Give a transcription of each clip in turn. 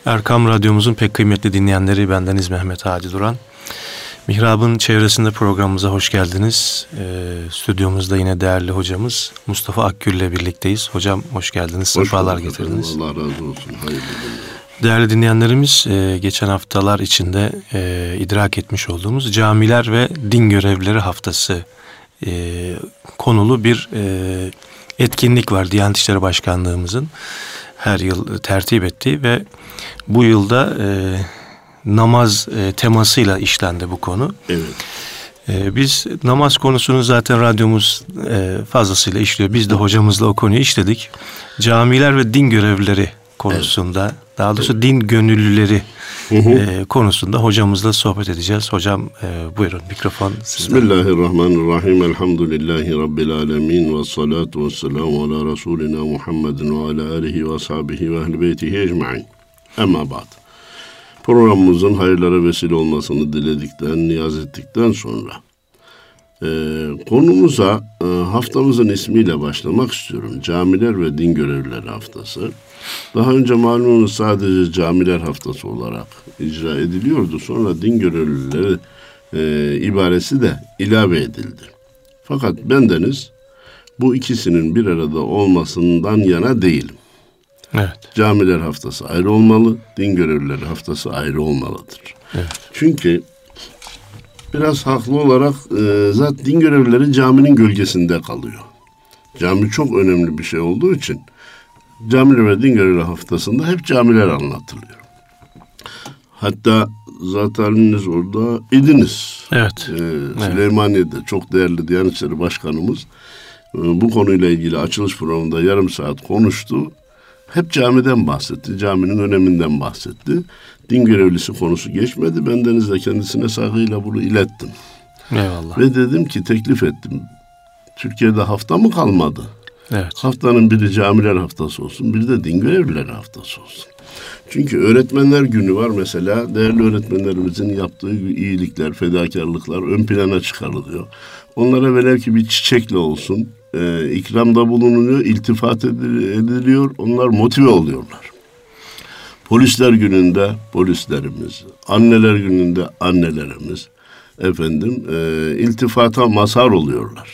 Erkam Radyomuzun pek kıymetli dinleyenleri, bendeniz Mehmet Hadi Duran. Mihrab'ın çevresinde programımıza hoş geldiniz. Stüdyomuzda yine değerli hocamız Mustafa Akgül ile birlikteyiz. Hocam hoş geldiniz, sefalar getirdiniz. Allah razı olsun. Hayırlı günler. Değerli dinleyenlerimiz, geçen haftalar içinde idrak etmiş olduğumuz Camiler ve Din Görevlileri Haftası konulu bir etkinlik var. Diyanet İşleri Başkanlığımızın her yıl tertip ettiği ve bu yılda namaz temasıyla işlendi bu konu. Evet. Biz namaz konusunu zaten radyomuz fazlasıyla işliyor. Biz de hocamızla o konuyu işledik. Camiler ve din görevlileri konusunda, daha doğrusu din gönüllüleri konusunda hocamızla sohbet edeceğiz. Hocam buyurun, mikrofon sizde. Bismillahirrahmanirrahim. Elhamdülillahi Rabbil alemin. Ve salatu ve selamu ala Resulina Muhammedin ve ala alihi ve ashabihi ve ehl-i beytihi ecma'in. Ama ba'd. Programımızın hayırlara vesile olmasını diledikten, niyaz ettikten sonra konumuza haftamızın ismiyle başlamak istiyorum. Camiler ve Din Görevlileri Haftası. Daha önce malumunuz sadece Camiler Haftası olarak icra ediliyordu. Sonra Din Görevlileri ibaresi de ilave edildi. Fakat bendeniz bu ikisinin bir arada olmasından yana değilim. Evet. Camiler Haftası ayrı olmalı, Din Görevlileri Haftası ayrı olmalıdır. Evet. Çünkü biraz haklı olarak zaten din görevlileri caminin gölgesinde kalıyor. Cami çok önemli bir şey olduğu için Camiler ve Din Görevlileri Haftası'nda hep camiler anlatılıyor. Hatta zaten orada idiniz. Evet. Süleymaniye'de çok değerli Diyanet İşleri Başkanımız bu konuyla ilgili açılış programında yarım saat konuştu. Hep camiden bahsetti, caminin öneminden bahsetti. Din görevlisi konusu geçmedi. Bendeniz de kendisine saygıyla bunu ilettim. Eyvallah. Ve dedim ki, teklif ettim. Türkiye'de hafta mı kalmadı? Evet. Haftanın biri Camiler Haftası olsun, biri de Din Görevlileri Haftası olsun. Çünkü Öğretmenler Günü var mesela. Değerli öğretmenlerimizin yaptığı iyilikler, fedakarlıklar ön plana çıkarılıyor. Onlara velev ki bir çiçekle olsun ikramda bulunuyor, iltifat ediliyor. Onlar motive oluyorlar. Polisler Günü'nde polislerimiz, Anneler Günü'nde annelerimiz iltifata mazhar oluyorlar.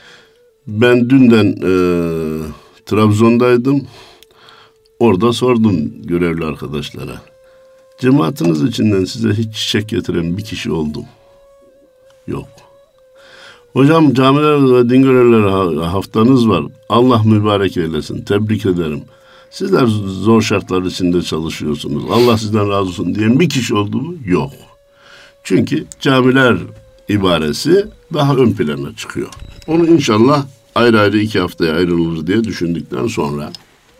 Ben dünden Trabzon'daydım. Orada sordum görevli arkadaşlara. Cemaatiniz içinden size hiç çiçek getiren bir kişi oldu mu? Yok. Hocam, Camiler ve Din Görevlileri haftanız var. Allah mübarek eylesin. Tebrik ederim. Sizler zor şartlar içinde çalışıyorsunuz. Allah sizden razı olsun diyen bir kişi oldu mu? Yok. Çünkü camiler ibaresi daha ön plana çıkıyor. Onu inşallah ayrı ayrı 2 haftaya ayrılır diye düşündükten sonra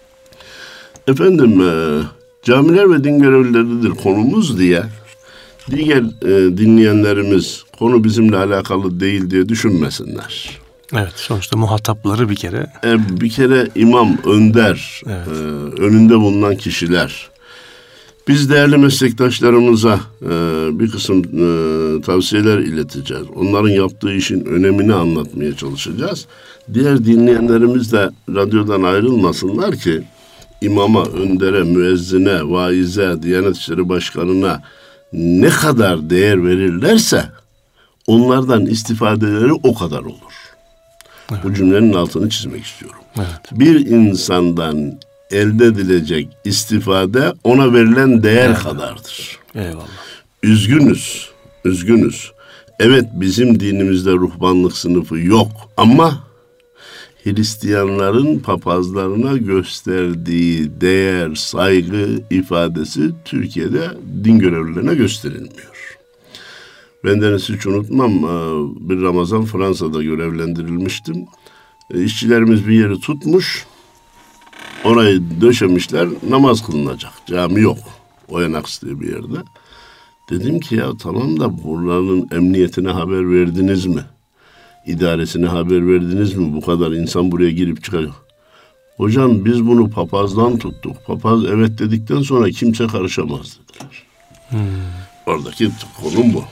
camiler ve din görevlileridir konumuz diye diğer dinleyenlerimiz konu bizimle alakalı değil diye düşünmesinler. Evet, sonuçta muhatapları bir kere imam, önder, evet. Önünde bulunan kişiler. Biz değerli meslektaşlarımıza bir kısım tavsiyeler ileteceğiz. Onların yaptığı işin önemini anlatmaya çalışacağız. Diğer dinleyenlerimiz de radyodan ayrılmasınlar ki imama, öndere, müezzine, vaize, Diyanet İşleri Başkanı'na ne kadar değer verirlerse onlardan istifadeleri o kadar olur. Evet. Bu cümlenin altını çizmek istiyorum. Evet. Bir insandan elde edilecek istifade ona verilen değer kadardır. Eyvallah. Üzgünüz. Evet, bizim dinimizde ruhbanlık sınıfı yok ama Hristiyanların papazlarına gösterdiği değer, saygı ifadesi Türkiye'de din görevlilerine gösterilmiyor. Bendeniz hiç unutmam, bir Ramazan Fransa'da görevlendirilmiştim. İşçilerimiz bir yeri tutmuş, orayı döşemişler, namaz kılınacak. Cami yok, Oyanaks diye bir yerde. Dedim ki ya tamam da buranın emniyetine haber verdiniz mi? İdaresine haber verdiniz mi? Bu kadar insan buraya girip çıkacak. Hocam biz bunu papazdan tuttuk. Papaz evet dedikten sonra kimse karışamaz dediler. Oradaki konum bu.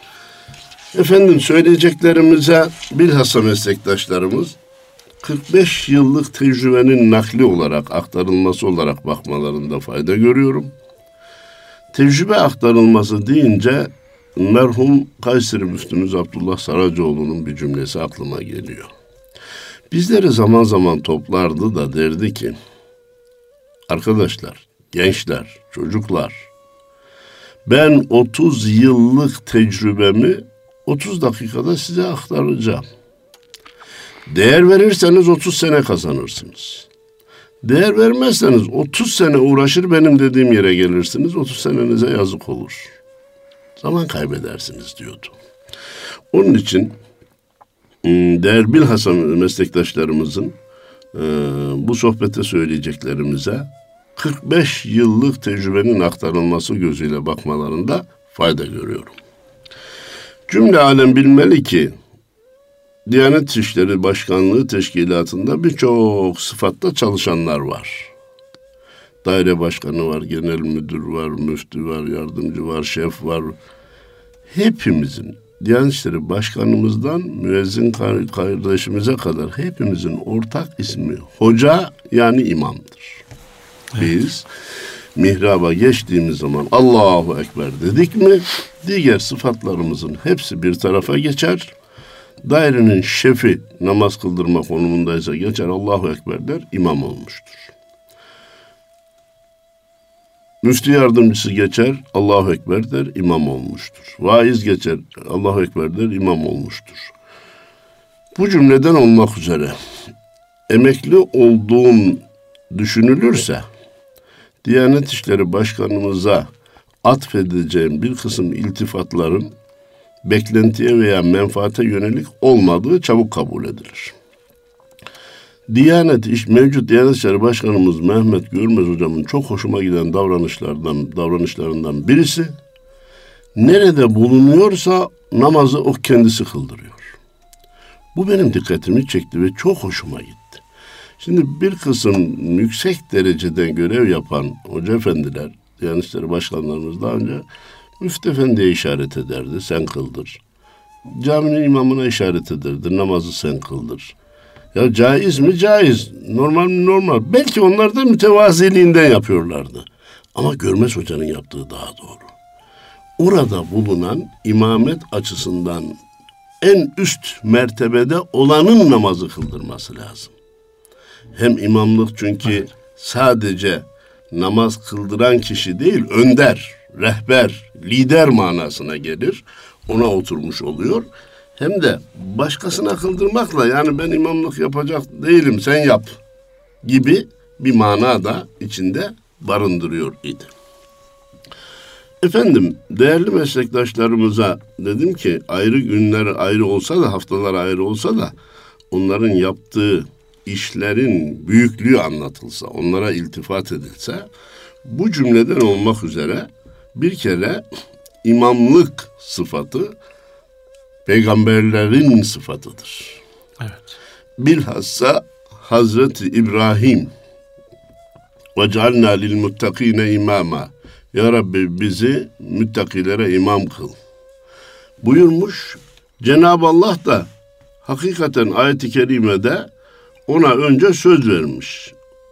Söyleyeceklerimize bilhassa meslektaşlarımız 45 yıllık tecrübenin nakli olarak, aktarılması olarak bakmalarında fayda görüyorum. Tecrübe aktarılması deyince merhum Kayseri Müftümüz Abdullah Saracoğlu'nun bir cümlesi aklıma geliyor. Bizleri zaman zaman toplardı da derdi ki, arkadaşlar, gençler, çocuklar, ben 30 yıllık tecrübemi 30 dakikada size aktaracağım. Değer verirseniz 30 sene kazanırsınız. Değer vermezseniz 30 sene uğraşır benim dediğim yere gelirsiniz. 30 senenize yazık olur. Zaman kaybedersiniz diyordu. Onun için değerli bilhassa meslektaşlarımızın bu sohbete söyleyeceklerimize 45 yıllık tecrübenin aktarılması gözüyle bakmalarında fayda görüyorum. Cümle alem bilmeli ki Diyanet İşleri Başkanlığı Teşkilatı'nda birçok sıfatta çalışanlar var. Daire başkanı var, genel müdür var, müftü var, yardımcı var, şef var. Hepimizin, Diyanet İşleri Başkanımızdan müezzin kardeşimize kadar hepimizin ortak ismi hoca, yani imamdır. Biz mihraba geçtiğimiz zaman Allahu Ekber dedik mi, diğer sıfatlarımızın hepsi bir tarafa geçer. Dairenin şefi namaz kıldırma konumundaysa geçer Allahu Ekber der, imam olmuştur. Müftü yardımcısı geçer Allahu Ekber der, imam olmuştur. Vaiz geçer Allahu Ekber der, imam olmuştur. Bu cümleden olmak üzere emekli olduğum düşünülürse Diyanet İşleri Başkanımıza atfedeceğim bir kısım iltifatların beklentiye veya menfaate yönelik olmadığı çabuk kabul edilir. Mevcut Diyanet İşleri Başkanımız Mehmet Görmez hocamın çok hoşuma giden davranışlarından birisi, nerede bulunuyorsa namazı o kendisi kıldırıyor. Bu benim dikkatimi çekti ve çok hoşuma gitti. Şimdi bir kısım yüksek dereceden görev yapan hoca efendiler, Diyanet İşleri Başkanlarımız daha önce Müftü Efendi'ye işaret ederdi, sen kıldır. Caminin imamına işaret ederdi, namazı sen kıldır. Ya caiz mi? Caiz. Normal mi? Normal. Belki onlar da mütevaziliğinden yapıyorlardı. Ama Görmez Hoca'nın yaptığı daha doğru. Orada bulunan imamet açısından en üst mertebede olanın namazı kıldırması lazım. Hem imamlık çünkü sadece namaz kıldıran kişi değil, önder, rehber, lider manasına gelir. Ona oturmuş oluyor. Hem de başkasına kıldırmakla, yani ben imamlık yapacak değilim sen yap gibi bir mana da içinde barındırıyor idi. Efendim, değerli meslektaşlarımıza dedim ki ayrı günler ayrı olsa da, haftalar ayrı olsa da onların yaptığı işlerin büyüklüğü anlatılsa, onlara iltifat edilse, bu cümleden olmak üzere bir kere imamlık sıfatı peygamberlerin sıfatıdır. Evet. Bilhassa Hazreti İbrahim ve cealna lil muttakine imama, ya Rabbi bizi müttakilere imam kıl buyurmuş. Cenab-ı Allah da hakikaten ayet-i kerimede ona önce söz vermiş.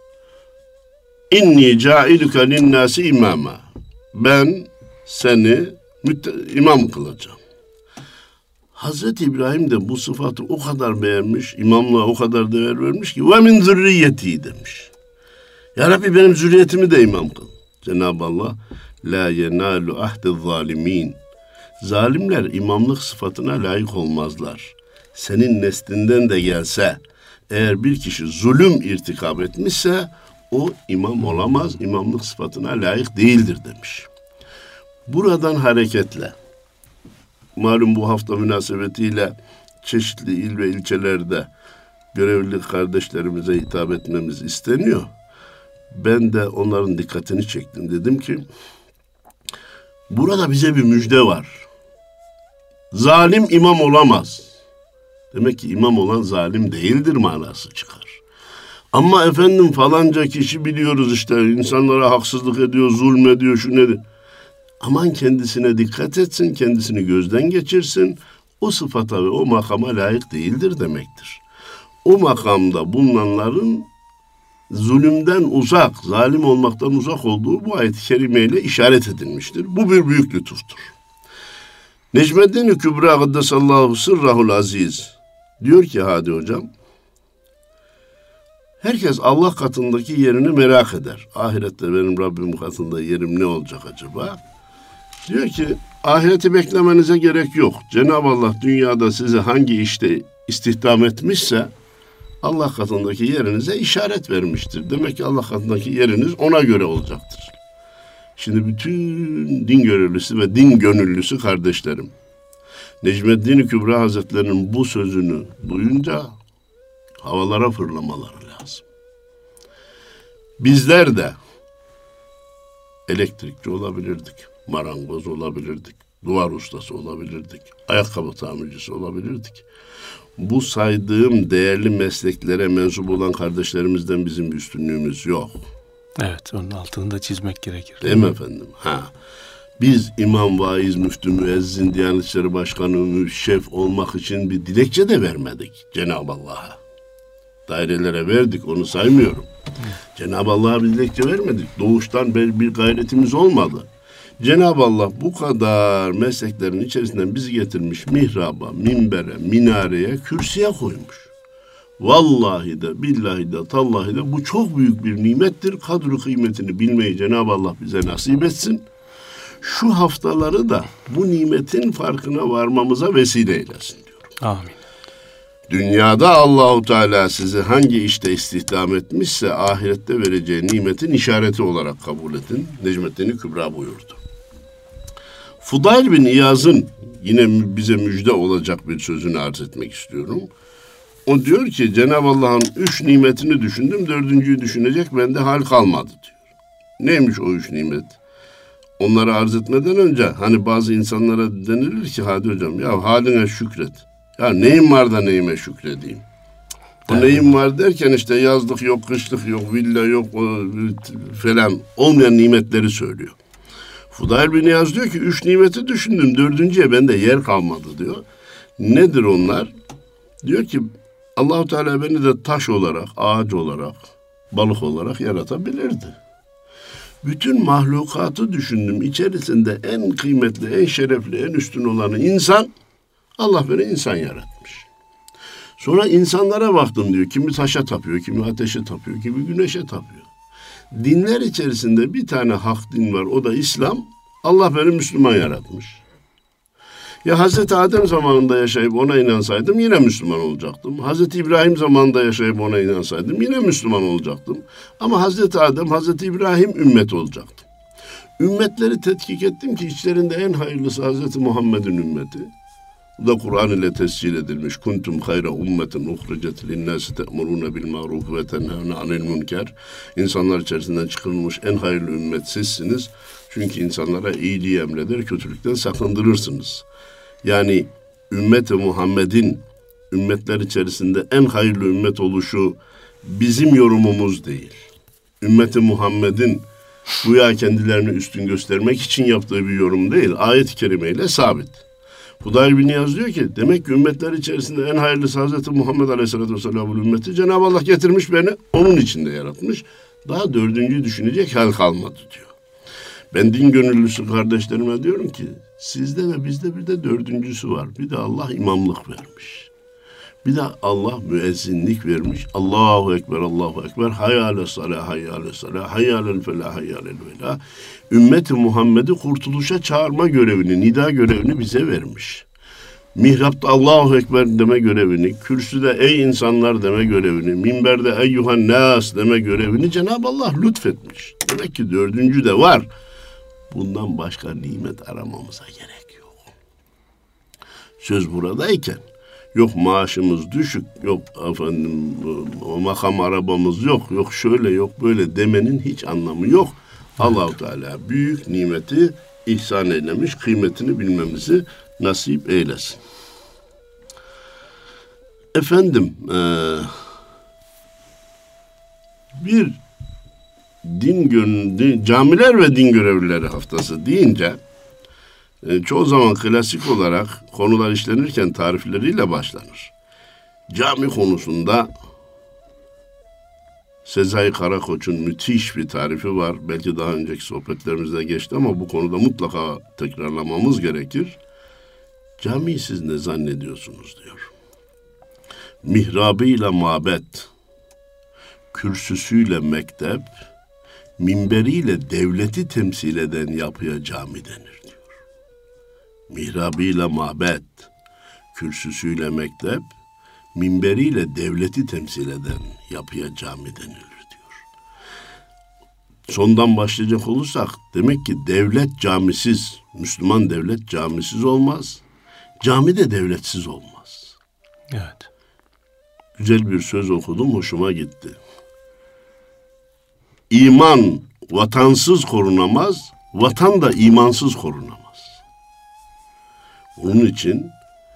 İnni cailuke linnâsi imama, ben seni imam kılacağım. Hazreti İbrahim de bu sıfatı o kadar beğenmiş, imamlığa o kadar değer vermiş ki ve min zürriyeti demiş. Ya Rabbi benim zürriyetimi de imam kıl. Cenab-ı Allah la yenalu ahdiz zalimin. Zalimler imamlık sıfatına layık olmazlar. Senin neslinden de gelse, eğer bir kişi zulüm irtikab etmişse o imam olamaz, imamlık sıfatına layık değildir demiş. Buradan hareketle, malum bu hafta münasebetiyle çeşitli il ve ilçelerde görevli kardeşlerimize hitap etmemiz isteniyor. Ben de onların dikkatini çektim. Dedim ki, burada bize bir müjde var. Zalim imam olamaz. Demek ki imam olan zalim değildir manası çıkar. Ama efendim falanca kişi biliyoruz işte insanlara haksızlık ediyor, zulmediyor, şu nedir? Aman kendisine dikkat etsin, kendisini gözden geçirsin. O sıfata ve o makama layık değildir demektir. O makamda bulunanların zulümden uzak, zalim olmaktan uzak olduğu bu ayet-i kerimeyle işaret edilmiştir. Bu bir büyük lütuftur. Necmeddin Kübra Gaddesallahu Sırrahul Aziz diyor ki Hadi Hocam, herkes Allah katındaki yerini merak eder. Ahirette benim Rabbim katında yerim ne olacak acaba? Diyor ki ahireti beklemenize gerek yok. Cenab-ı Allah dünyada sizi hangi işte istihdam etmişse Allah katındaki yerinize işaret vermiştir. Demek ki Allah katındaki yeriniz ona göre olacaktır. Şimdi bütün din görevlisi ve din gönüllüsü kardeşlerim, Necmeddin Kübra Hazretleri'nin bu sözünü duyunca havalara fırlamaları lazım. Bizler de elektrikçi olabilirdik, marangoz olabilirdik, duvar ustası olabilirdik, ayakkabı tamircisi olabilirdik. Bu saydığım değerli mesleklere mensup olan kardeşlerimizden bizim bir üstünlüğümüz yok. Evet, onun altını da çizmek gerekir. Değil mi efendim? Biz imam, vaiz, müftü, müezzin, Diyanet İşleri Başkanı, şef olmak için bir dilekçe de vermedik Cenab-ı Allah'a. Dairelere verdik, onu saymıyorum. Cenab-ı Allah'a bir dilekçe vermedik. Doğuştan bir gayretimiz olmadı. Cenab-ı Allah bu kadar mesleklerin içerisinden bizi getirmiş mihraba, minbere, minareye, kürsüye koymuş. Vallahi de, billahi de, tallahi de bu çok büyük bir nimettir. Kadru kıymetini bilmeyi Cenab-ı Allah bize nasip etsin. Şu haftaları da bu nimetin farkına varmamıza vesile eylesin diyorum. Amin. Dünyada Allahu Teala sizi hangi işte istihdam etmişse ahirette vereceği nimetin işareti olarak kabul edin. Necmeddin Kübra buyurdu. Fudayl bin İyaz'ın yine bize müjde olacak bir sözünü arz etmek istiyorum. O diyor ki Cenab-ı Allah'ın 3 nimetini düşündüm, 4.'yü düşünecek bende hal kalmadı diyor. Neymiş o 3 nimet? Onları arz etmeden önce hani bazı insanlara denilir ki Hadi Hocam ya haline şükret. Ya neyim var da neyime şükredeyim? O neyim var derken işte yazlık yok, kışlık yok, villa yok falan olmayan nimetleri söylüyor. Fudayl bin İyaz diyor ki 3 nimeti düşündüm, 4.'ye bende yer kalmadı diyor. Nedir onlar? Diyor ki Allah-u Teala beni de taş olarak, ağaç olarak, balık olarak yaratabilirdi. Bütün mahlukatı düşündüm. İçerisinde en kıymetli, en şerefli, en üstün olanı insan. Allah beni insan yaratmış. Sonra insanlara baktım diyor. Kimi taşa tapıyor, kimi ateşe tapıyor, kimi güneşe tapıyor. Dinler içerisinde bir tane hak din var. O da İslam. Allah beni Müslüman yaratmış. Ya Hazreti Adem zamanında yaşayıp ona inansaydım yine Müslüman olacaktım. Hazreti İbrahim zamanında yaşayıp ona inansaydım yine Müslüman olacaktım. Ama Hazreti Adem, Hazreti İbrahim ümmet olacaktım. Ümmetleri tetkik ettim ki içlerinde en hayırlısı Hazreti Muhammed'in ümmeti. Bu da Kur'an ile tescil edilmiş. Kuntum hayra ummetin uhricet linnâsi te'murûne bil ma'ruf ve tenhâne anil münker. İnsanlar içerisinden çıkarılmış en hayırlı ümmet sizsiniz. Çünkü insanlara iyiliği emreder, kötülükten sakındırırsınız. Yani ümmet-i Muhammed'in ümmetler içerisinde en hayırlı ümmet oluşu bizim yorumumuz değil. Ümmet-i Muhammed'in güya kendilerini üstün göstermek için yaptığı bir yorum değil. Ayet-i kerimeyle sabit. Fudayl bin İyaz diyor ki demek ki ümmetler içerisinde en hayırlısı Hazreti Muhammed Aleyhisselatü Vesselam'ın ümmeti. Cenab-ı Allah getirmiş beni onun içinde yaratmış. Daha 4.'yü düşünecek hal kalmadı diyor. Ben din gönüllüsü kardeşlerime diyorum ki sizde ve bizde bir de 4.'sü var. Bir de Allah imamlık vermiş. Bir de Allah müezzinlik vermiş. Allahu Ekber, Allahu Ekber. Hayyâle salâh, hayyâle salâh, hayyâlel felâh, hayyâlel velâh. Ümmet-i Muhammed'i kurtuluşa çağırma görevini, nida görevini bize vermiş. Mihrapta Allahu Ekber deme görevini, kürsüde ey insanlar deme görevini, minberde eyyuhan nas deme görevini Cenab-ı Allah lütfetmiş. Demek ki 4.'ü de var. Bundan başka nimet aramamıza gerek yok. Söz buradayken yok maaşımız düşük, yok efendim makam arabamız yok, yok şöyle yok böyle demenin hiç anlamı yok. Allah-u Teala büyük nimeti ihsan eylemiş, kıymetini bilmemizi nasip eylesin. Efendim bir camiler ve din görevlileri haftası deyince çoğu zaman klasik olarak konular işlenirken tarifleriyle başlanır. Cami konusunda Sezai Karakoç'un müthiş bir tarifi var. Belki daha önceki sohbetlerimizde geçti ama bu konuda mutlaka tekrarlamamız gerekir. Camiyi siz ne zannediyorsunuz diyor. Mihrabıyla mabet, kürsüsüyle mektep, minberiyle devleti temsil eden yapıya cami denir diyor. Mihrabıyla mabet, kürsüsüyle mektep, minberiyle devleti temsil eden yapıya cami denilir diyor. Sondan başlayacak olursak demek ki devlet camisiz, Müslüman devlet camisiz olmaz. Cami de devletsiz olmaz. Evet. Güzel bir söz okudum, hoşuma gitti. İman vatansız korunamaz, vatan da imansız korunamaz. Onun için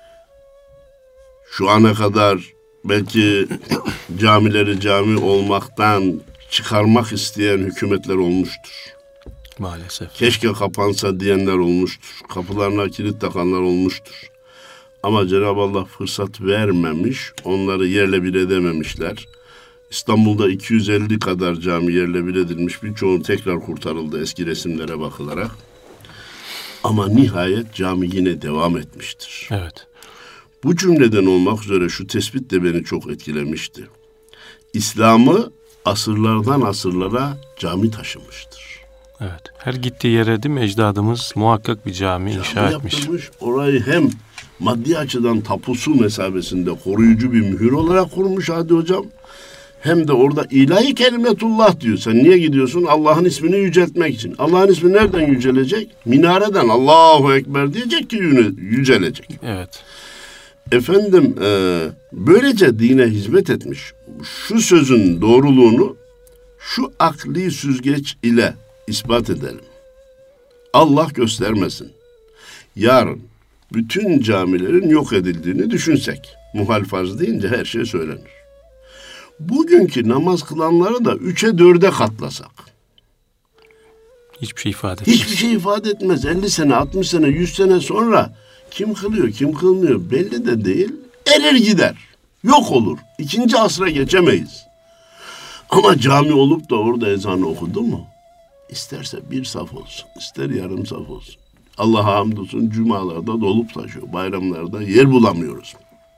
şu ana kadar belki camileri cami olmaktan çıkarmak isteyen hükümetler olmuştur. Maalesef. Keşke kapansa diyenler olmuştur. Kapılarına kilit takanlar olmuştur. Ama Cenab-ı Allah fırsat vermemiş, onları yerle bir edememişler. İstanbul'da 250 kadar cami yerle bir edilmiş, birçoğu tekrar kurtarıldı eski resimlere bakılarak. Ama nihayet cami yine devam etmiştir. Evet. Bu cümleden olmak üzere şu tespit de beni çok etkilemişti. İslam'ı asırlardan asırlara cami taşımıştır. Evet. Her gittiği yere değil mi ecdadımız muhakkak bir cami inşa etmiş. Yaptırmış. Orayı hem maddi açıdan tapusu mesabesinde koruyucu bir mühür olarak kurmuş Hadi Hocam. Hem de orada ilahi kelimetullah diyor. Sen niye gidiyorsun? Allah'ın ismini yüceltmek için. Allah'ın ismi nereden yücelecek? Minareden Allahu Ekber diyecek ki yücelecek. Evet. Efendim böylece dine hizmet etmiş. Şu sözün doğruluğunu şu akli süzgeç ile ispat edelim. Allah göstermesin. Yarın bütün camilerin yok edildiğini düşünsek. Muhal farz deyince her şey söylenir. Bugünkü namaz kılanları da 3'e 4'e katlasak. Hiçbir şey ifade etmez. Hiçbir şey ifade etmez. 50 sene, 60 sene, 100 sene sonra kim kılıyor, kim kılmıyor belli de değil. Erir gider. Yok olur. 2. asra geçemeyiz. Ama cami olup da orada ezanı okudu mu? İsterse bir saf olsun, ister yarım saf olsun. Allah'a hamdolsun cumalarda dolup taşıyor. Bayramlarda yer bulamıyoruz.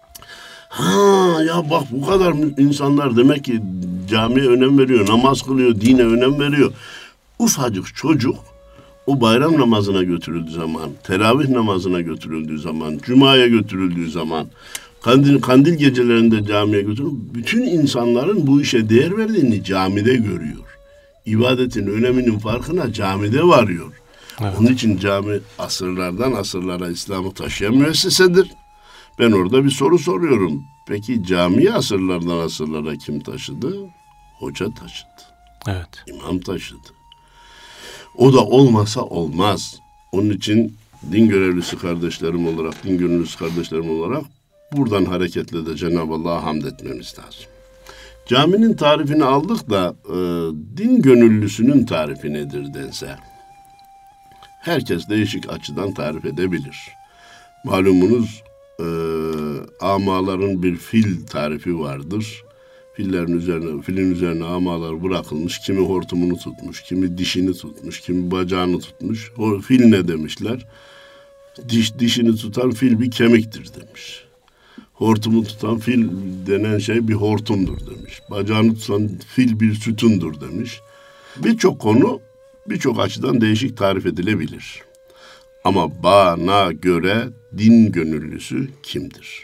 Ya bak bu kadar insanlar demek ki camiye önem veriyor, namaz kılıyor, dine önem veriyor. Ufacık çocuk o bayram namazına götürüldüğü zaman, teravih namazına götürüldüğü zaman, cumaya götürüldüğü zaman, kandil gecelerinde camiye götürüldüğü, bütün insanların bu işe değer verdiğini camide görüyor. İbadetin öneminin farkına camide varıyor. Evet. Onun için cami asırlardan asırlara İslam'ı taşıyan müessesedir. Ben orada bir soru soruyorum. Peki camiyi asırlardan asırlara kim taşıdı? Hoca taşıdı. Evet. İmam taşıdı. O da olmasa olmaz. Onun için din görevlisi kardeşlerim olarak, din gönüllüsü kardeşlerim olarak buradan hareketle de Cenab-ı Allah'a hamd etmemiz lazım. Caminin tarifini aldık da din gönüllüsünün tarifi nedir dense, herkes değişik açıdan tarif edebilir. Malumunuz amaların bir fil tarifi vardır. Filin üzerine amalar bırakılmış. Kimi hortumunu tutmuş, kimi dişini tutmuş, kimi bacağını tutmuş. O fil ne demişler? Dişini tutan fil bir kemiktir demiş. Hortumu tutan fil denen şey bir hortumdur demiş. Bacağını tutan fil bir sütundur demiş. Birçok konu birçok açıdan değişik tarif edilebilir. Ama bana göre din gönüllüsü kimdir?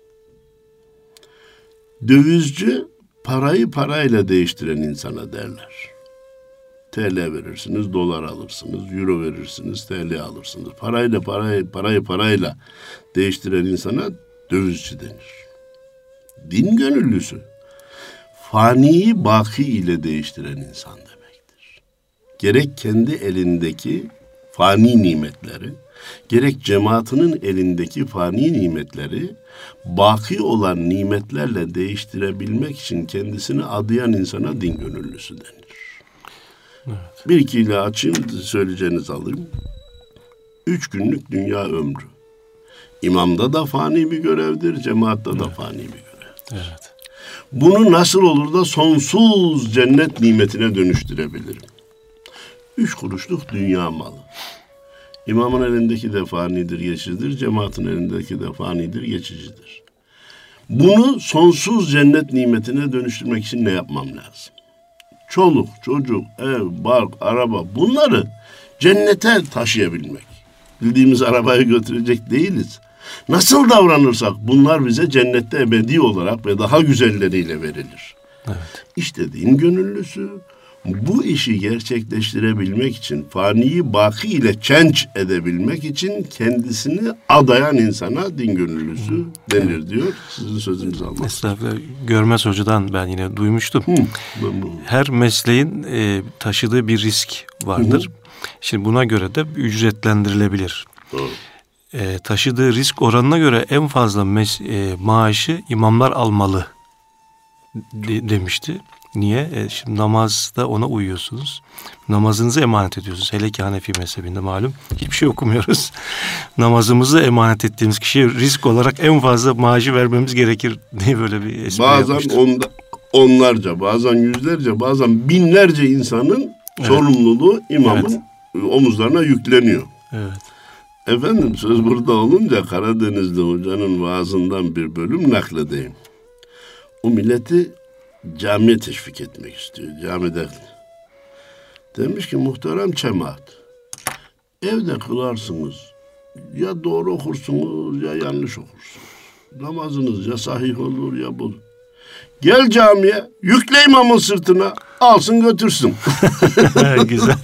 Dövizci parayı parayla değiştiren insana derler. TL verirsiniz, dolar alırsınız, euro verirsiniz, TL alırsınız. Parayı parayla değiştiren insana dövizci denir. Din gönüllüsü faniyi baki ile değiştiren insan demektir. Gerek kendi elindeki fani nimetleri, gerek cemaatinin elindeki fani nimetleri baki olan nimetlerle değiştirebilmek için kendisini adayan insana din gönüllüsü denir. Evet. Bir ikiyle açayım, söyleyeceğinizi alayım. 3 günlük dünya ömrü. İmamda da fani bir görevdir, cemaatta da fani bir görevdir. Evet. Bunu nasıl olur da sonsuz cennet nimetine dönüştürebilirim? 3 kuruşluk dünya malı. İmamın elindeki de fanidir, geçicidir. Cemaatin elindeki de fanidir, geçicidir. Bunu sonsuz cennet nimetine dönüştürmek için ne yapmam lazım? Çoluk, çocuk, ev, bark, araba, bunları cennete taşıyabilmek. Bildiğimiz arabayı götürecek değiliz. Nasıl davranırsak bunlar bize cennette ebedi olarak ve daha güzelleriyle verilir. Evet. İşte din gönüllüsü bu işi gerçekleştirebilmek için, faniyi baki ile çenç edebilmek için kendisini adayan insana din gönüllüsü denir diyor. Sizin sözünüzü almak. Estağfurullah. Görmez Hoca'dan ben yine duymuştum. Her mesleğin taşıdığı bir risk vardır. Şimdi buna göre de ücretlendirilebilir. Taşıdığı risk oranına göre en fazla maaşı imamlar almalı demişti. Niye? Şimdi namazda ona uyuyorsunuz. Namazınızı emanet ediyorsunuz. Hele ki Hanefi mezhebinde malum. Hiçbir şey okumuyoruz. Namazımızı emanet ettiğimiz kişiye risk olarak en fazla maaşı vermemiz gerekir diye böyle bir espri yapmıştı. Bazen onlarca, bazen yüzlerce, bazen binlerce insanın sorumluluğu imamın omuzlarına yükleniyor. Evet. Efendim söz burada olunca Karadenizli hocanın vaazından bir bölüm nakledeyim. O milleti camiye teşvik etmek istiyor. Camide demiş ki muhterem cemaat, evde kılarsınız, ya doğru okursunuz ya yanlış okursunuz. Namazınız ya sahih olur ya bozulur. Gel camiye, yükle imamın sırtına, alsın götürsün. Güzel.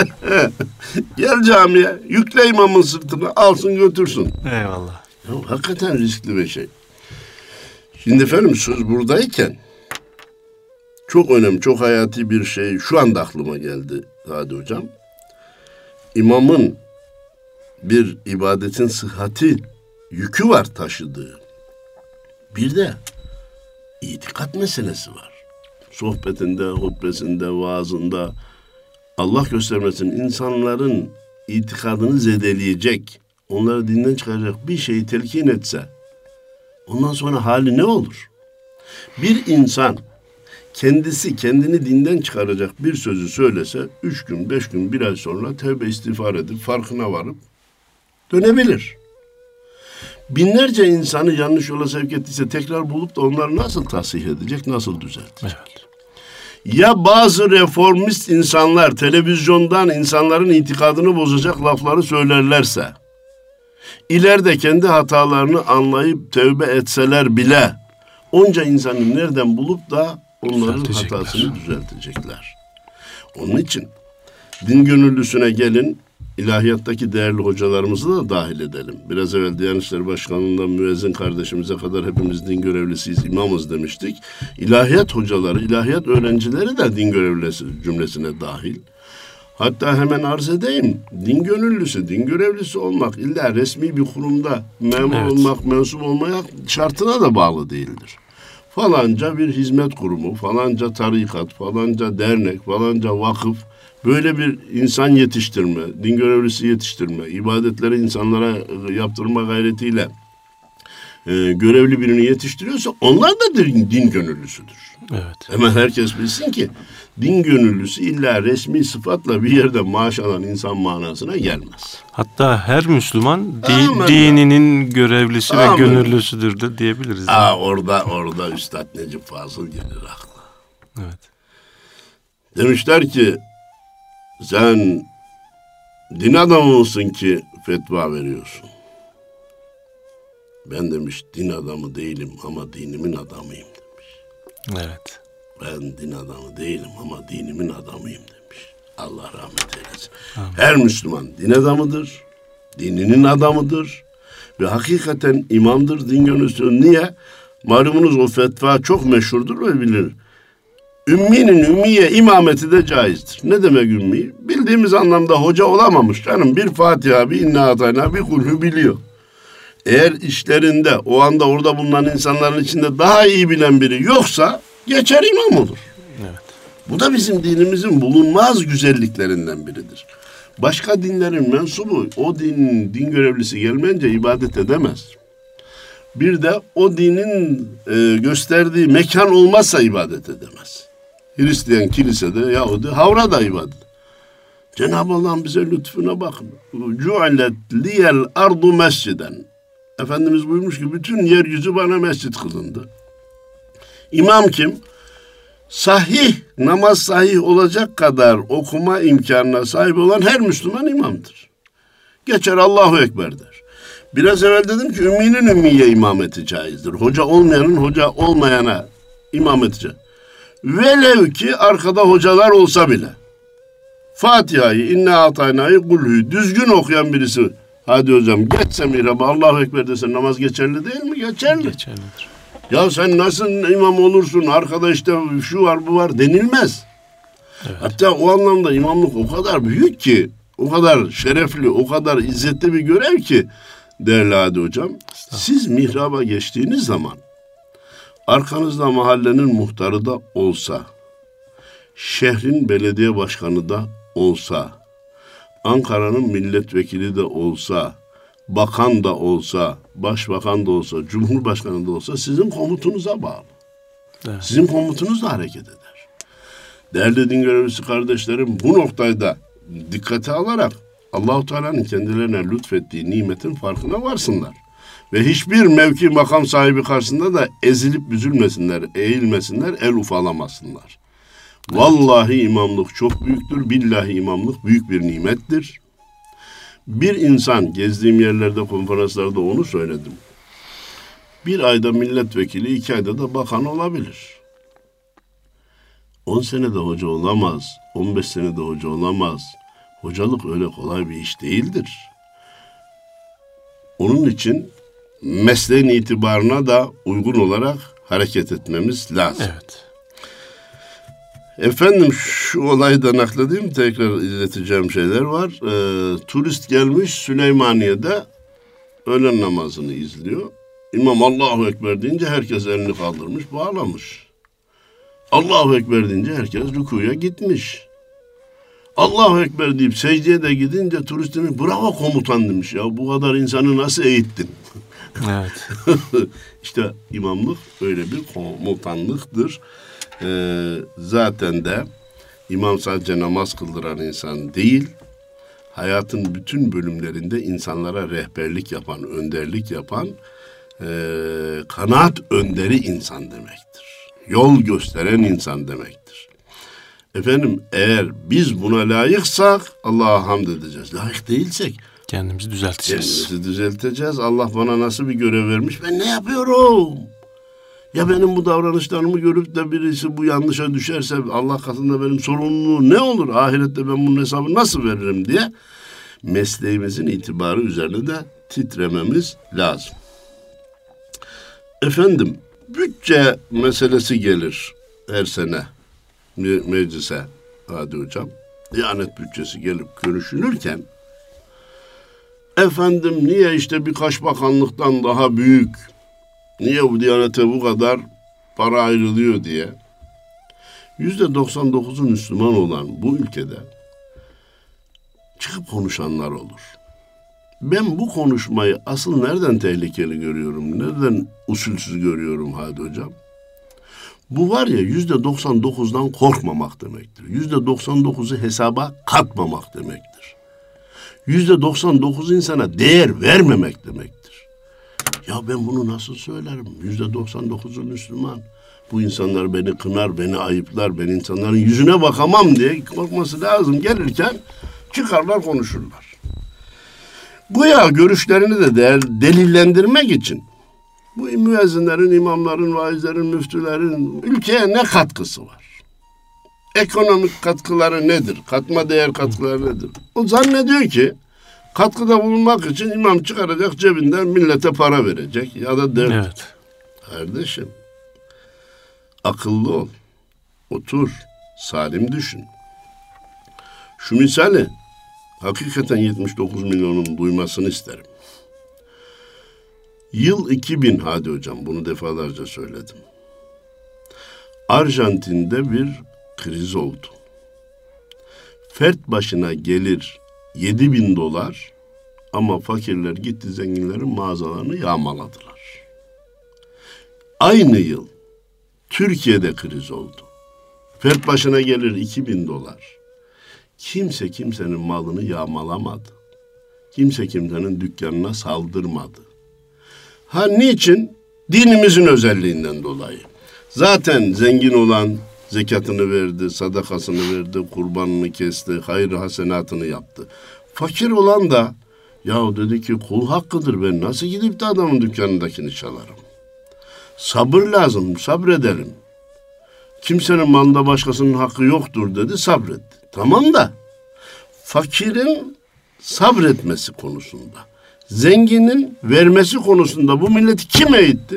Gel camiye, yükle imamın sırtına, alsın götürsün. Eyvallah. Ya, hakikaten riskli bir şey. Şimdi efendim söz buradayken çok önemli, çok hayati bir şey şu anda aklıma geldi Hadi Hocam. İmamın bir ibadetin sıhhati yükü var taşıdığı. Bir de itikat meselesi var. Sohbetinde, hutbesinde, vaazında Allah göstermesin insanların itikadını zedeleyecek, onları dinden çıkaracak bir şeyi telkin etse ondan sonra hali ne olur? Bir insan kendini dinden çıkaracak bir sözü söylese 3 gün, 5 gün, 1 ay sonra tevbe istiğfar edip farkına varıp dönebilir. Binlerce insanı yanlış yola sevk ettiyse tekrar bulup da onları nasıl tasih edecek, nasıl düzeltecek? Evet. Ya bazı reformist insanlar televizyondan insanların itikadını bozacak lafları söylerlerse, ileride kendi hatalarını anlayıp tövbe etseler bile onca insanı nereden bulup da onların hatasını düzeltecekler. Onun için din gönüllüsüne gelin, ilahiyattaki değerli hocalarımızı da dahil edelim. Biraz evvel Diyanet İşleri Başkanlığı'ndan müezzin kardeşimize kadar hepimiz din görevlisiyiz, imamız demiştik. İlahiyat hocaları, ilahiyat öğrencileri de din görevlisi cümlesine dahil. Hatta hemen arz edeyim, din gönüllüsü, din görevlisi olmak illa resmi bir kurumda memur olmak, mensup olmaya şartına da bağlı değildir. Falanca bir hizmet kurumu, falanca tarikat, falanca dernek, falanca vakıf, böyle bir insan yetiştirme, din görevlisi yetiştirme, ibadetleri insanlara yaptırma gayretiyle görevli birini yetiştiriyorsa onlar da din gönüllüsüdür. Evet. Hemen herkes bilsin ki din gönüllüsü illa resmi sıfatla bir yerde maaş alan insan manasına gelmez. Hatta her Müslüman dininin görevlisi ve gönüllüsüdür de diyebiliriz. Orada Üstad Necip Fazıl gelir akla. Evet. Demişler ki sen din adamı mısın ki fetva veriyorsun? Ben demiş din adamı değilim ama dinimin adamıyım demiş. Evet. Ben din adamı değilim ama dinimin adamıyım demiş. Allah rahmet eylesin. Amin. Her Müslüman din adamıdır, dininin adamıdır ve hakikaten imamdır, din gönüllüsü. Niye? Malumunuz o fetva çok meşhurdur ve bilinir. Ümminin ümmiye imameti de caizdir. Ne demek ümmi? Bildiğimiz anlamda hoca olamamış canım. Bir Fatiha, bir İnna Atayna, bir Kulhü biliyor. Eğer işlerinde o anda orada bulunan insanların içinde daha iyi bilen biri yoksa geçer imam olur. Evet. Bu da bizim dinimizin bulunmaz güzelliklerinden biridir. Başka dinlerin mensubu o din görevlisi gelmeyince ibadet edemez. Bir de o dinin gösterdiği mekan olmazsa ibadet edemez. Hristiyan kilisede, Yahudi havrada ibadet. Cenab-ı Allah'ın bize lütfuna bakın. Cu'ilet liyel ardu mesciden. Efendimiz buyurmuş ki bütün yeryüzü bana mescit kılındı. İmam kim? Sahih, namaz sahih olacak kadar okuma imkanına sahip olan her Müslüman imamdır. Geçer Allahu Ekber der. Biraz evvel dedim ki ümminin ümmiye imameti caizdir. Hoca olmayanın hoca olmayana imameti caizdir. Velev ki arkada hocalar olsa bile. Fatiha'yı, İnna Atayna'yı, Kulhü'yü düzgün okuyan birisi. Hadi hocam geçse mihraba Allahu Ekber desen namaz geçerli değil mi? Geçerli. Geçerlidir. Ya sen nasıl imam olursun? Arkada işte şu var bu var denilmez. Evet. Hatta o anlamda imamlık o kadar büyük ki, o kadar şerefli, o kadar izzetli bir görev ki değerli Hadi hocam. Siz mihraba geçtiğiniz zaman arkanızda mahallenin muhtarı da olsa, şehrin belediye başkanı da olsa, Ankara'nın milletvekili de olsa, bakan da olsa, başbakan da olsa, cumhurbaşkanı da olsa sizin komutunuza bağlı. Evet. Sizin komutunuzla hareket eder. Değerli din görevlisi kardeşlerim, bu noktayda dikkate alarak Allah-u Teala'nın kendilerine lütfettiği nimetin farkına varsınlar. Ve hiçbir mevki makam sahibi karşısında da ezilip büzülmesinler, eğilmesinler, el ufalamasınlar. Evet. Vallahi imamlık çok büyüktür, billahi imamlık büyük bir nimettir. Bir insan, gezdiğim yerlerde, konferanslarda onu söyledim. Bir ayda milletvekili, 2 ayda da bakan olabilir. 10 senede hoca olamaz, 15 senede hoca olamaz. Hocalık öyle kolay bir iş değildir. Onun için mesleğin itibarına da uygun olarak hareket etmemiz lazım. Evet. Efendim şu olayı da nakledeyim, tekrar izleteceğim şeyler var. Turist gelmiş Süleymaniye'de öğlen namazını izliyor. İmam Allahu Ekber deyince herkes elini kaldırmış, bağlamış. Allahu Ekber deyince herkes rükuya gitmiş. Allahu Ekber deyip secdeye de gidince turist demiş, bravo komutan demiş ya, bu kadar insanı nasıl eğittin? Evet. İşte imamlık öyle bir komutanlıktır. Zaten de imam sadece namaz kıldıran insan değil, hayatın bütün bölümlerinde insanlara rehberlik yapan, önderlik yapan kanaat önderi insan demektir. Yol gösteren insan demektir. Efendim eğer biz buna layıksak Allah'a hamd edeceğiz. Layık değilsek kendimizi düzelteceğiz. Kendimizi düzelteceğiz. Allah bana nasıl bir görev vermiş, ben ne yapıyorum? Ya benim bu davranışlarımı görüp de birisi bu yanlışa düşerse Allah katında benim sorumluluğum ne olur? Ahirette ben bunun hesabını nasıl veririm diye mesleğimizin itibarı üzerine de titrememiz lazım. Efendim bütçe meselesi gelir her sene meclise Hadi hocam. Diyanet bütçesi gelip görüşülürken efendim niye işte birkaç bakanlıktan daha büyük, niye bu Diyanete bu kadar para ayrılıyor diye %99'u Müslüman olan bu ülkede çıkıp konuşanlar olur. Ben bu konuşmayı asıl nereden tehlikeli görüyorum, nereden usulsüz görüyorum Hadi hocam? Bu var ya %99'dan korkmamak demektir. %99'u hesaba katmamak demektir. %99 insana değer vermemek demektir. Ya ben bunu nasıl söylerim? %99'u Müslüman. Bu insanlar beni kınar, beni ayıplar, ben insanların yüzüne bakamam diye korkması lazım. Gelirken çıkarlar konuşurlar. Güya görüşlerini de delillendirmek için bu müezzinlerin, imamların, vaizlerin, müftülerin ülkeye ne katkısı var? Ekonomik katkıları nedir? Katma değer katkıları nedir? O zannediyor ki katkıda bulunmak için imam çıkaracak cebinden millete para verecek ya da devlet. Evet. Kardeşim akıllı ol. Otur. Salim düşün. Şu misali hakikaten 79 milyonun duymasını isterim. Yıl 2000 Hadi hocam, bunu defalarca söyledim. Arjantin'de bir kriz oldu. Fert başına gelir $7.000 ama fakirler gitti zenginlerin mağazalarını yağmaladılar. Aynı yıl Türkiye'de kriz oldu. Fert başına gelir 2.000 dolar. Kimse kimsenin malını yağmalamadı. Kimse kimsenin dükkanına saldırmadı. Ha niçin? Dinimizin özelliğinden dolayı. Zaten zengin olan zekatını verdi, sadakasını verdi, kurbanını kesti, hayır hasenatını yaptı. Fakir olan da ya dedi ki kul hakkıdır, ben nasıl gidip de adamın dükkanındakini çalarım. Sabır lazım, sabredelim. Kimsenin malında başkasının hakkı yoktur dedi, sabretti. Tamam da fakirin sabretmesi konusunda, zenginin vermesi konusunda bu milleti kim eğitti?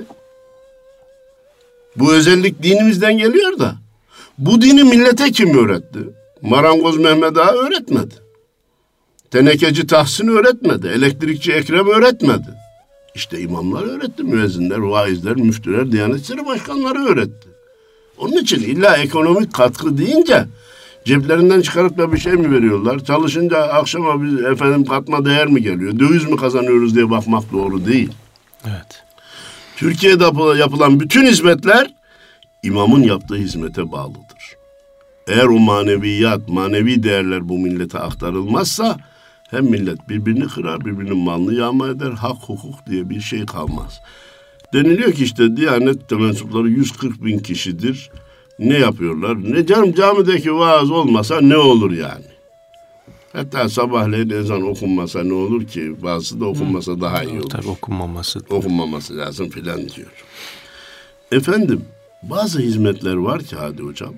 Bu özellik dinimizden geliyor da bu dini millete kim öğretti? Marangoz Mehmet Ağa öğretmedi. Tenekeci Tahsin öğretmedi. Elektrikçi Ekrem öğretmedi. İşte imamlar öğretti. Müezzinler, vaizler, müftüler, Diyanet İşleri Başkanları öğretti. Onun için illa ekonomik katkı deyince ceplerinden çıkarıp da bir şey mi veriyorlar? Çalışınca akşama bir katma değer mi geliyor? Döviz mi kazanıyoruz diye bakmak doğru değil. Evet. Türkiye'de yapılan bütün hizmetler imamın yaptığı hizmete bağlıdır. Eğer o maneviyat, manevi değerler bu millete aktarılmazsa hem millet birbirini kırar, birbirinin malını yağma eder, hak hukuk diye bir şey kalmaz. Deniliyor ki işte Diyanet mensupları 140.000 kişidir. Ne yapıyorlar? Ne canım, camideki vaaz olmasa ne olur yani? Hatta sabahleyin ezan okunmasa ne olur ki? Bazısı da okunmasa daha iyi olur. Tabii okunmaması. Okunmaması lazım filan diyor. Efendim, bazı hizmetler var ki Hadi Hocam,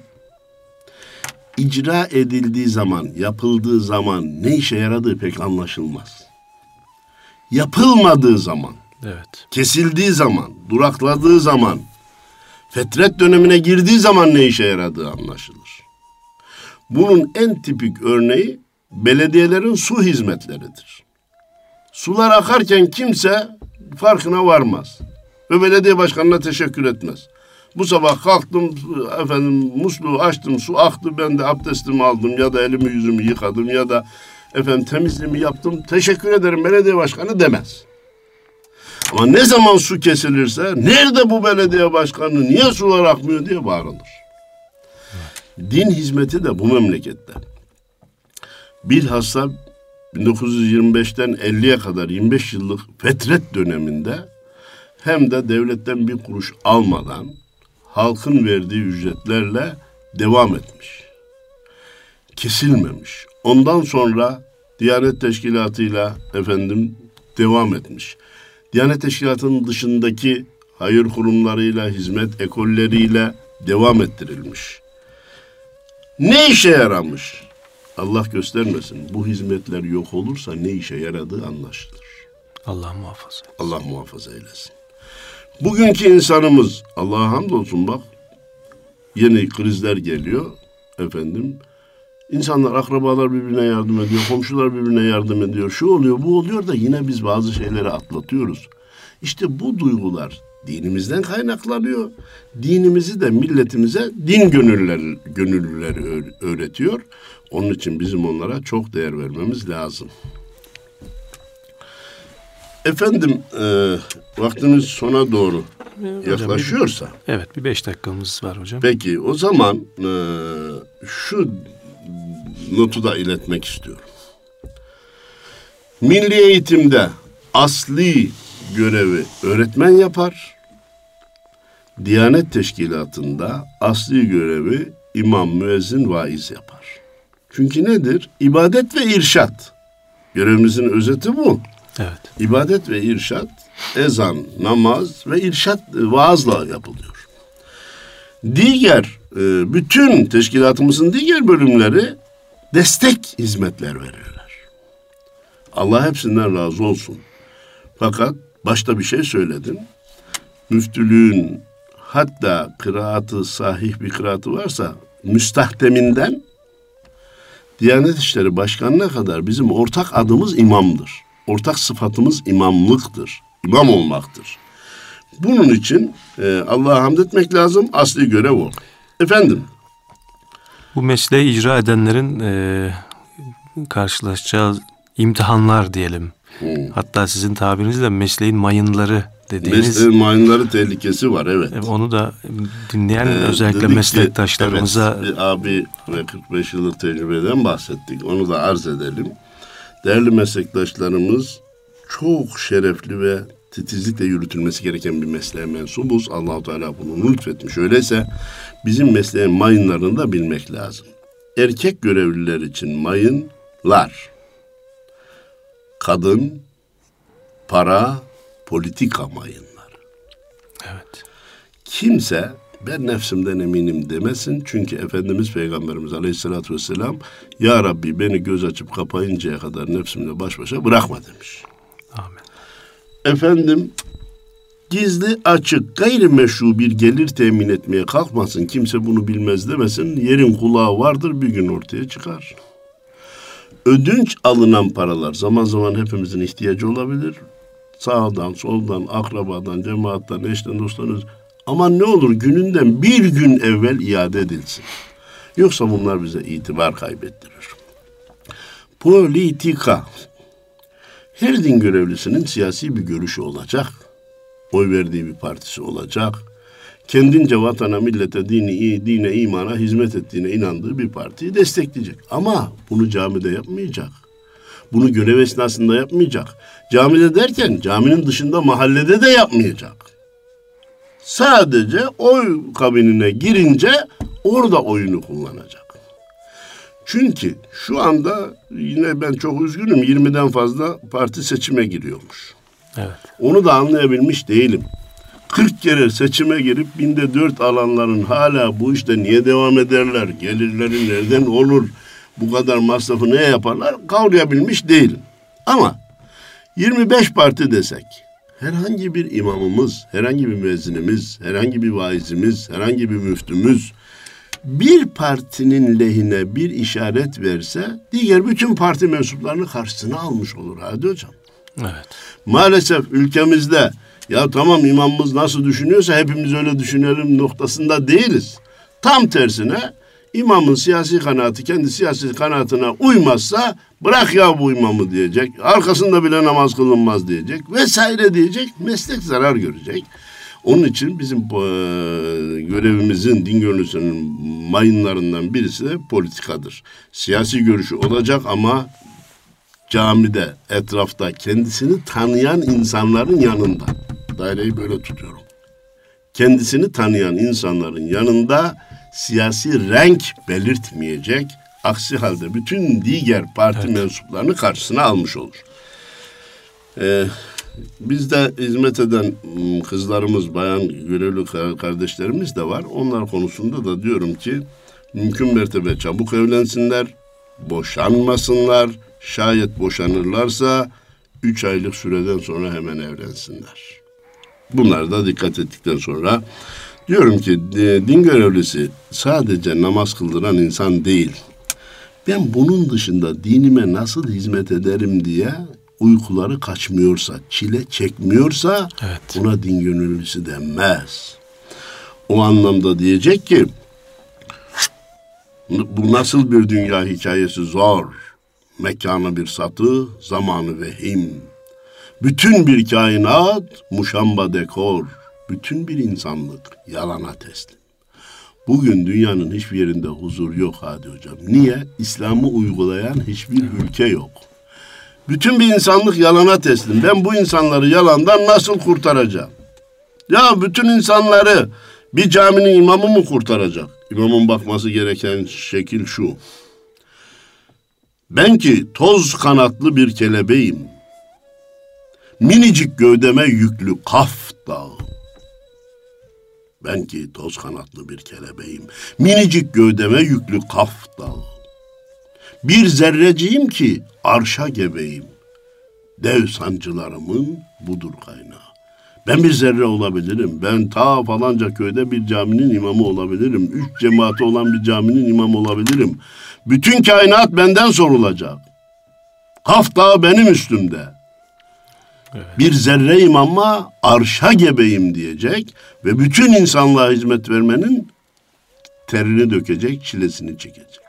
icra edildiği zaman, yapıldığı zaman ne işe yaradığı pek anlaşılmaz. Yapılmadığı zaman, evet, kesildiği zaman, durakladığı zaman, fetret dönemine girdiği zaman ne işe yaradığı anlaşılır. Bunun en tipik örneği belediyelerin su hizmetleridir. Sular akarken kimse farkına varmaz ve belediye başkanına teşekkür etmez. Bu sabah kalktım, musluğu açtım, su aktı, ben de abdestimi aldım ya da elimi yüzümü yıkadım ya da temizliğimi yaptım, teşekkür ederim belediye başkanı demez. Ama ne zaman su kesilirse, nerede bu belediye başkanı, niye sular akmıyor diye bağırılır. Din hizmeti de bu memlekette. Bilhassa 1925'ten 50'ye kadar 25 yıllık fetret döneminde hem de devletten bir kuruş almadan halkın verdiği ücretlerle devam etmiş. Kesilmemiş. Ondan sonra Diyanet Teşkilatı'yla devam etmiş. Diyanet Teşkilatı'nın dışındaki hayır kurumlarıyla, hizmet ekolleriyle devam ettirilmiş. Ne işe yaramış? Allah göstermesin. Bu hizmetler yok olursa ne işe yaradığı anlaşılır. Allah muhafaza. Allah muhafaza eylesin. Bugünkü insanımız, Allah'a hamdolsun bak, yeni krizler geliyor İnsanlar, akrabalar birbirine yardım ediyor, komşular birbirine yardım ediyor. Şu oluyor, bu oluyor da yine biz bazı şeyleri atlatıyoruz. İşte bu duygular dinimizden kaynaklanıyor. Dinimizi de milletimize din gönüllüleri öğretiyor. Onun için bizim onlara çok değer vermemiz lazım. Vaktimiz sona doğru yaklaşıyorsa. Evet, bir 5 dakikamız var hocam. Peki o zaman şu notu da iletmek istiyorum. Milli eğitimde asli görevi öğretmen yapar. Diyanet Teşkilatı'nda asli görevi imam, müezzin, vaiz yapar. Çünkü nedir? İbadet ve irşat. Görevimizin özeti bu. Evet. İbadet ve irşat, ezan, namaz ve irşat, vaazla yapılıyor. Bütün teşkilatımızın diğer bölümleri destek hizmetler veriyorlar. Allah hepsinden razı olsun. Fakat başta bir şey söyledim. Müftülüğün hatta kıraatı, sahih bir kıraatı varsa müstahdeminden Diyanet İşleri Başkanı'na kadar bizim ortak adımız imamdır. Ortak sıfatımız imamlıktır. İmam olmaktır. Bunun için Allah'a hamd etmek lazım. Asli görev o. Bu mesleği icra edenlerin karşılaşacağı imtihanlar diyelim. Hatta sizin tabirinizle mesleğin mayınları dediğiniz. Mesleğin mayınları tehlikesi var, evet. Onu da dinleyen özellikle meslektaşlarımıza... Evet, bir abi ve 45 yıllık tecrübeden bahsettik. Onu da arz edelim. Değerli meslektaşlarımız, çok şerefli ve titizlikle yürütülmesi gereken bir mesleğe mensubuz. Allah-u Teala bunu lütfetmiş. Öyleyse bizim mesleğin mayınlarını da bilmek lazım. Erkek görevliler için mayınlar, kadın, para, politika mayınları. Evet. Kimse ben nefsimden eminim demesin. Çünkü Efendimiz Peygamberimiz Aleyhisselatü Vesselam, Ya Rabbi beni göz açıp kapayıncaya kadar nefsimle baş başa bırakma demiş. Amin. Efendim, gizli açık gayrimeşru bir gelir temin etmeye kalkmasın. Kimse bunu bilmez demesin. Yerin kulağı vardır, bir gün ortaya çıkar. Ödünç alınan paralar zaman zaman hepimizin ihtiyacı olabilir. Sağdan, soldan, akrabadan, cemaattan, eşten, dostlarınız. Ama ne olur gününden bir gün evvel iade edilsin. Yoksa bunlar bize itibar kaybettirir. Politika. Her din görevlisinin siyasi bir görüşü olacak. Oy verdiği bir partisi olacak. Kendince vatana, millete, dine, imana hizmet ettiğine inandığı bir partiyi destekleyecek. Ama bunu camide yapmayacak. Bunu görev esnasında yapmayacak. Camide derken caminin dışında mahallede de yapmayacak. Sadece oy kabinine girince orada oyunu kullanacak. Çünkü şu anda yine ben çok üzgünüm, 20'den fazla parti seçime giriyormuş. Evet. Onu da anlayabilmiş değilim. 40 kere seçime girip 4 alanların hala bu işte niye devam ederler? Gelirleri nereden olur? Bu kadar masrafı ne yaparlar? Kavrayabilmiş değilim. Ama 25 parti desek, herhangi bir imamımız, herhangi bir müezzinimiz, herhangi bir vaizimiz, herhangi bir müftümüz bir partinin lehine bir işaret verse, diğer bütün parti mensuplarını karşısına almış olur Hadi Hocam. Evet. Maalesef ülkemizde ya tamam imamımız nasıl düşünüyorsa hepimiz öyle düşünelim noktasında değiliz. Tam tersine imamın siyasi kanaati kendi siyasi kanaatine uymazsa bırak ya bu imamı diyecek. Arkasında bile namaz kılınmaz diyecek vesaire diyecek. Meslek zarar görecek. Onun için bizim görevimizin, din görevlisinin mayınlarından birisi de politikadır. Siyasi görüşü olacak ama camide, etrafta kendisini tanıyan insanların yanında. Daireyi böyle tutuyorum. Kendisini tanıyan insanların yanında siyasi renk belirtmeyecek. Aksi halde bütün diğer parti mensuplarını karşısına almış olur. Bizde hizmet eden kızlarımız, bayan görevli kardeşlerimiz de var. Onlar konusunda da diyorum ki mümkün mertebe çabuk evlensinler, boşanmasınlar. Şayet boşanırlarsa 3 aylık süreden sonra hemen evlensinler. Bunlara da dikkat ettikten sonra diyorum ki din görevlisi sadece namaz kıldıran insan değil. Ben bunun dışında dinime nasıl hizmet ederim diye uykuları kaçmıyorsa, çile çekmiyorsa buna din görevlisi denmez. O anlamda diyecek ki bu nasıl bir dünya hikayesi zor. Mekanı bir satı, zamanı vehim. Bütün bir kainat, muşamba dekor. Bütün bir insanlık yalana teslim. Bugün dünyanın hiçbir yerinde huzur yok Hadi Hocam. Niye? İslam'ı uygulayan hiçbir ülke yok. Bütün bir insanlık yalana teslim. Ben bu insanları yalandan nasıl kurtaracağım? Ya bütün insanları bir caminin imamı mı kurtaracak? İmamın bakması gereken şekil şu. Ben ki toz kanatlı bir kelebeğim. Minicik gövdeme yüklü Kaf dağı. Ben ki toz kanatlı bir kelebeğim. Minicik gövdeme yüklü Kaf dağı. Bir zerreciyim ki arşa gebeyim. Dev sancılarımın budur kaynağı. Ben bir zerre olabilirim. Ben ta falanca köyde bir caminin imamı olabilirim. 3 cemaati olan bir caminin imamı olabilirim. Bütün kainat benden sorulacak. Kaf dağı benim üstümde. Evet. Bir zerreyim ama arşa gebeyim diyecek ve bütün insanlığa hizmet vermenin terini dökecek, çilesini çekecek.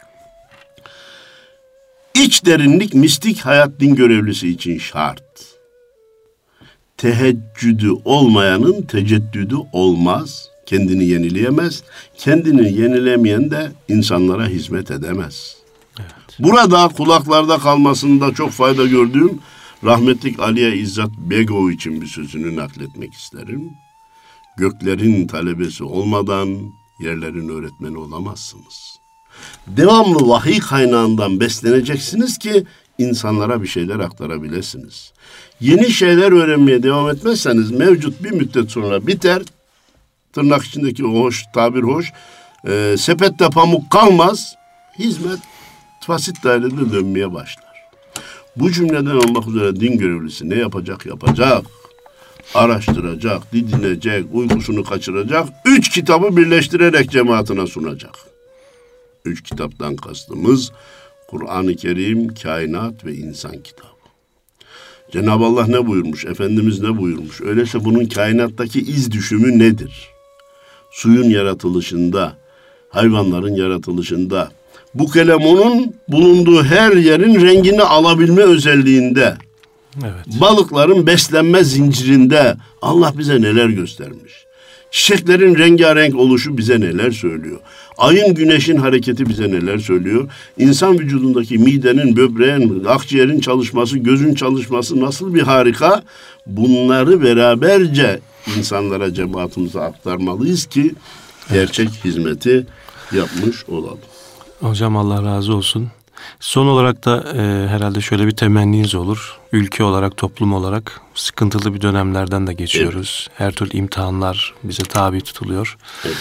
İç derinlik mistik hayat din görevlisi için şart. teheccüdü olmayanın teceddüdü olmaz. Kendini yenileyemez. Kendini yenilemeyen de insanlara hizmet edemez. Evet. Burada kulaklarda kalmasında çok fayda gördüğüm rahmetlik Aliye İzzet Begoğlu için bir sözünü nakletmek isterim. Göklerin talebesi olmadan yerlerin öğretmeni olamazsınız. Devamlı vahiy kaynağından besleneceksiniz ki insanlara bir şeyler aktarabilirsiniz. Yeni şeyler öğrenmeye devam etmezseniz mevcut bir müddet sonra biter. Tırnak içindeki hoş, tabir hoş. Sepette pamuk kalmaz. Hizmet fasit dairede dönmeye başlar. Bu cümleden olmak üzere din görevlisi ne yapacak? Yapacak. Araştıracak, didinecek, uykusunu kaçıracak. 3 kitabı birleştirerek cemaatine sunacak. 3 kitaptan kastımız Kur'an-ı Kerim, kainat ve insan kitabı. Cenab-ı Allah ne buyurmuş? Efendimiz ne buyurmuş? Öyleyse bunun kainattaki iz düşümü nedir? Suyun yaratılışında, hayvanların yaratılışında, bu kelemonun bulunduğu her yerin rengini alabilme özelliğinde, Evet. balıkların beslenme zincirinde Allah bize neler göstermiş? Çiçeklerin rengarenk oluşu bize neler söylüyor? Ayın, güneşin hareketi bize neler söylüyor? İnsan vücudundaki midenin, böbreğin, akciğerin çalışması, gözün çalışması nasıl bir harika? Bunları beraberce insanlara, cemaatimize aktarmalıyız ki gerçek hizmeti yapmış olalım. Hocam Allah razı olsun. Son olarak da herhalde şöyle bir temenniniz olur. Ülke olarak, toplum olarak sıkıntılı bir dönemlerden de geçiyoruz. Evet. Her türlü imtihanlar bize tabi tutuluyor. Evet.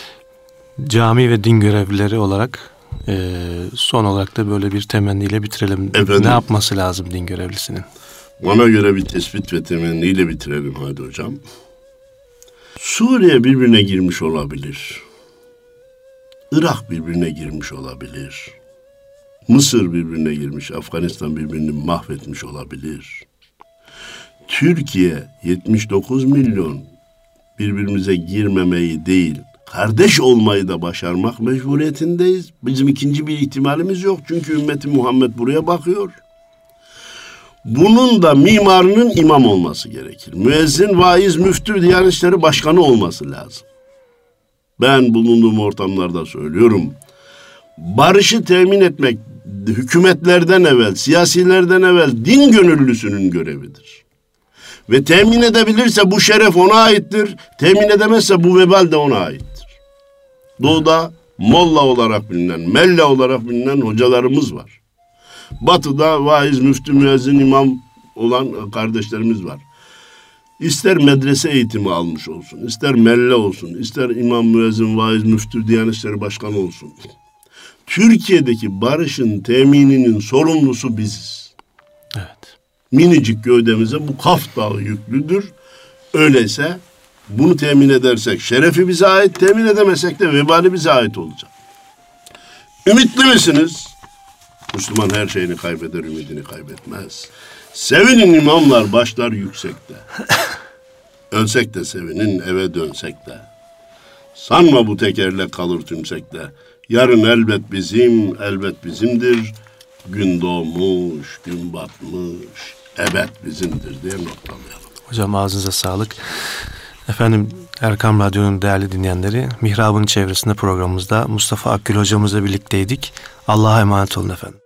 Cami ve din görevlileri olarak son olarak da böyle bir temenniyle bitirelim. Efendim, ne yapması lazım din görevlisinin? Bana göre bir tespit ve temenniyle bitirelim hadi hocam. Suriye birbirine girmiş olabilir. Irak birbirine girmiş olabilir. Mısır birbirine girmiş, Afganistan birbirini mahvetmiş olabilir. Türkiye 79 milyon birbirimize girmemeyi değil, kardeş olmayı da başarmak mecburiyetindeyiz. Bizim ikinci bir ihtimalimiz yok. Çünkü ümmeti Muhammed buraya bakıyor. Bunun da mimarının imam olması gerekir. Müezzin, vaiz, müftü, Diyanet İşleri Başkanı olması lazım. Ben bulunduğum ortamlarda söylüyorum. Barışı temin etmek hükümetlerden evvel, siyasilerden evvel din gönüllüsünün görevidir. Ve temin edebilirse bu şeref ona aittir. Temin edemezse bu vebal de ona aittir. Doğuda molla olarak bilinen, mella olarak bilinen hocalarımız var. Batı'da vaiz, müftü, müezzin, imam olan kardeşlerimiz var. İster medrese eğitimi almış olsun, ister melle olsun, ister imam, müezzin, vaiz, müftü, Diyanet İşleri Başkanı olsun. Türkiye'deki barışın temininin sorumlusu biziz. Evet. Minicik gövdemize bu Kaf Dağı yüklüdür. Öyleyse bunu temin edersek şerefi bize ait, temin edemesek de vebali bize ait olacak. Ümitli misiniz? Müslüman her şeyini kaybeder, ümidini kaybetmez. Sevinin imamlar, başlar yüksekte. Ölsek de sevinin, eve dönsek de. Sanma bu tekerlek kalır tümsekte. Yarın elbet bizim, elbet bizimdir. Gün doğmuş, gün batmış, ebed bizimdir diye noktalayalım. Hocam ağzınıza sağlık. Efendim Erkam Radyo'nun değerli dinleyenleri, Mihrab'ın çevresinde programımızda Mustafa Akgül hocamızla birlikteydik. Allah'a emanet olun efendim.